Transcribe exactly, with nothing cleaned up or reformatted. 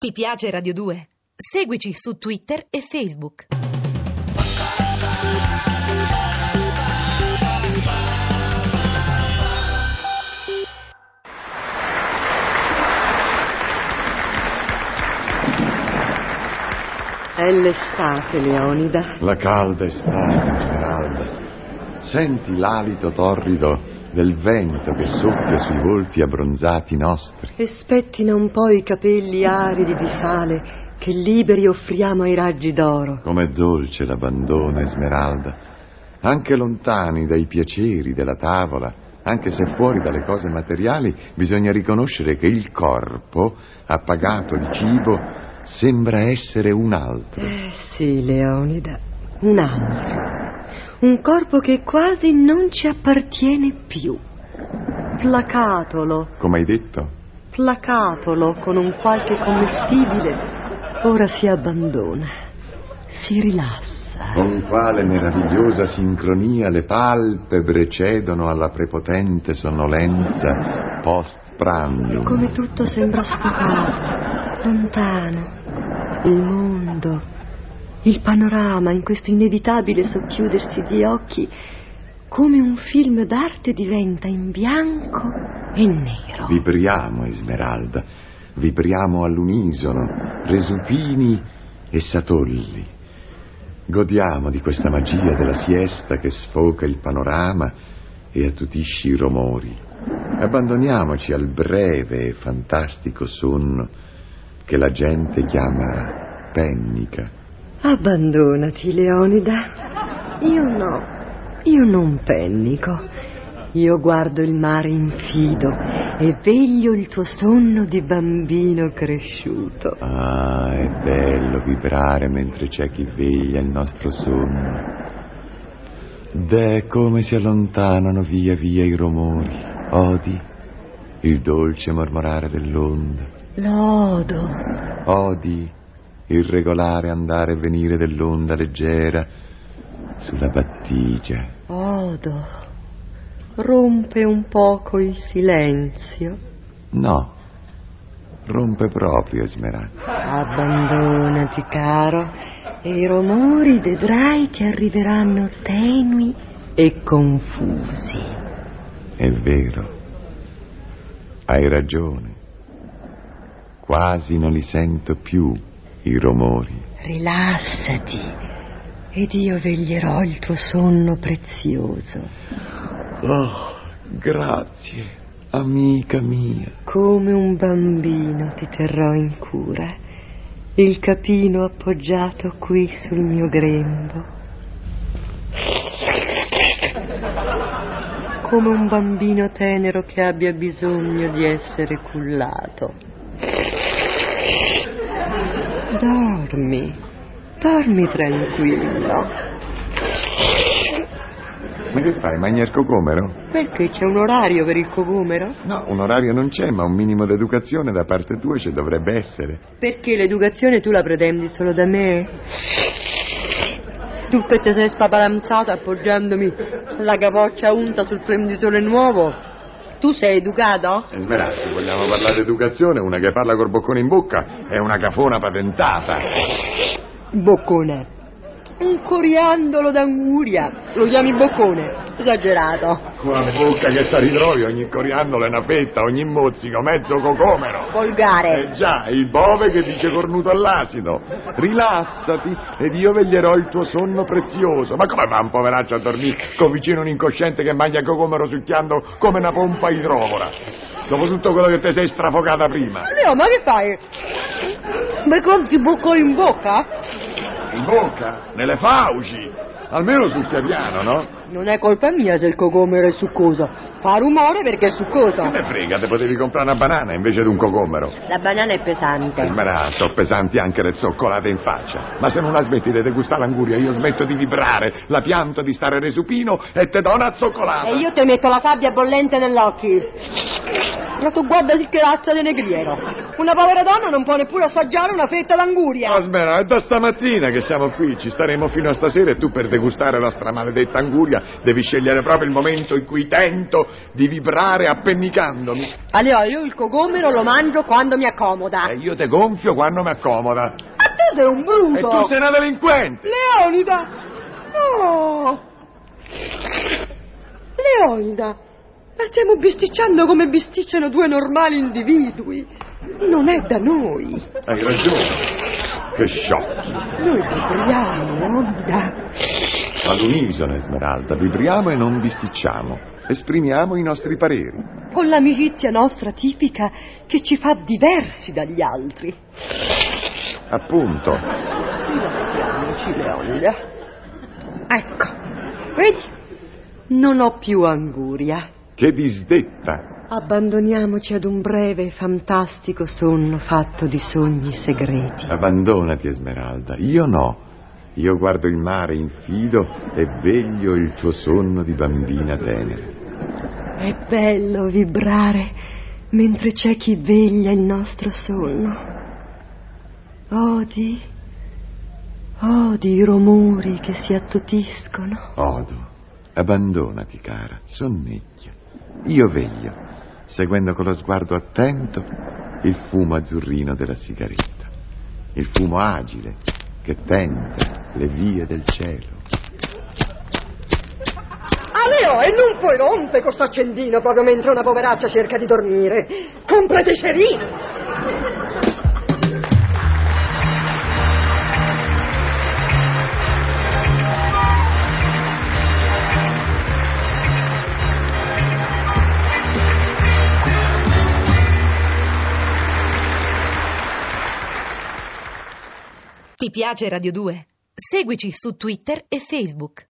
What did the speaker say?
Ti piace Radio due? Seguici su Twitter e Facebook. È l'estate, Leonida. La calda estate, Smeralda. Senti l'alito torrido del vento che soffia sui volti abbronzati nostri. E spettina un po' i capelli aridi di sale che liberi offriamo ai raggi d'oro. Com'è dolce l'abbandono, Esmeralda. Anche lontani dai piaceri della tavola, anche se fuori dalle cose materiali, bisogna riconoscere che il corpo, appagato di cibo, sembra essere un altro. Eh sì, Leonida, un altro. Un corpo che quasi non ci appartiene più. Placatolo. Come hai detto? Placatolo con un qualche commestibile, ora si abbandona, si rilassa. Con quale meravigliosa sincronia le palpebre cedono alla prepotente sonnolenza post prandium. Come tutto sembra sfocato, lontano. Il mondo, il panorama in questo inevitabile socchiudersi di occhi, come un film d'arte diventa in bianco e nero. Vibriamo, Esmeralda, vibriamo all'unisono, resupini e satolli. Godiamo di questa magia della siesta che sfoca il panorama e attutisce i rumori. Abbandoniamoci al breve e fantastico sonno che la gente chiama pennica. Abbandonati, Leonida. Io no, io non pennico. Io guardo il mare infido e veglio il tuo sonno di bambino cresciuto. Ah, è bello vibrare mentre c'è chi veglia il nostro sonno. Deh, come si allontanano via via i rumori. Odi il dolce mormorare dell'onda. L'odo. Odi il regolare andare e venire dell'onda leggera sulla battigia. Odo. Rompe un poco il silenzio. No, rompe proprio, Esmeralda. Abbandonati, caro, e i rumori vedrai che arriveranno tenui e confusi. È vero, hai ragione. Quasi non li sento più i rumori. Rilassati ed io veglierò il tuo sonno prezioso. Oh, grazie, amica mia. Come un bambino ti terrò in cura, il capino appoggiato qui sul mio grembo. Come un bambino tenero che abbia bisogno di essere cullato. Dormi, dormi tranquillo. Ma che fai, mangi il cocomero? Perché c'è un orario per il cocomero? No, un orario non c'è, ma un minimo d'educazione da parte tua ci dovrebbe essere. Perché l'educazione tu la pretendi solo da me? Tu che ti sei spapalanzata appoggiandomi la capoccia unta sul flame di sole nuovo? Tu sei educato? Esmeralda, se vogliamo parlare di educazione, una che parla col boccone in bocca è una cafona patentata. Boccone. Un coriandolo d'anguria. Lo chiami boccone? Esagerato. Con la bocca che sta ritrovi, ogni coriandolo è una fetta, ogni mozzico, mezzo cocomero. Volgare. Eh già, il bove che dice cornuto all'asino. Rilassati ed io veglierò il tuo sonno prezioso. Ma come va un poveraccio a dormire con vicino un incosciente che mangia cocomero succhiando come una pompa idrovora? Dopo tutto quello che ti sei strafocata prima. Leo, ma che fai? Ma quanti bocconi in bocca? In bocca? Nelle fauci? Almeno succhia piano, no? Non è colpa mia se il cocomero è succoso. Fa rumore perché è succoso. Che te frega, te potevi comprare una banana invece di un cocomero. La banana è pesante. Ma sono pesanti anche le zoccolate in faccia. Ma se non la smetti di degustare l'anguria, io smetto di vibrare, la pianto di stare resupino e te do una zoccolata. E io ti metto la sabbia bollente negli occhi. Ma tu guarda che razza di negriero. Una povera donna non può neppure assaggiare una fetta d'anguria. Aspetta, è da stamattina che siamo qui, ci staremo fino a stasera e tu per degustare la stramaledetta anguria Esmeralda. Devi scegliere proprio il momento in cui tento di vibrare appennicandomi. Allora, io il cogomero lo mangio quando mi accomoda. E io te gonfio quando mi accomoda. A te sei un bruto. E tu sei una delinquente. Leonida! No! Leonida! Ma stiamo bisticciando come bisticciano due normali individui. Non è da noi. Hai ragione. Che sciocchi. Noi vibriamo, Leonida. All'unisono, Esmeralda, vibriamo e non bisticciamo. Esprimiamo i nostri pareri. Con l'amicizia nostra tipica che ci fa diversi dagli altri. Appunto. Rilassiamoci, Leonida. Ecco, vedi? Non ho più anguria. Che disdetta. Abbandoniamoci ad un breve e fantastico sonno fatto di sogni segreti. Abbandonati, Esmeralda. Io no. Io guardo il mare infido e veglio il tuo sonno di bambina tenera. È bello vibrare mentre c'è chi veglia il nostro sonno. Odi, odi i rumori che si attutiscono. Odo. Abbandonati, cara. Sonnecchia. Io veglio, seguendo con lo sguardo attento il fumo azzurrino della sigaretta. Il fumo agile che tenta le vie del cielo. Ah, Leo, e non puoi rompere questo accendino proprio mentre una poveraccia cerca di dormire. Comprati cerini. Ti piace Radio due? Seguici su Twitter e Facebook.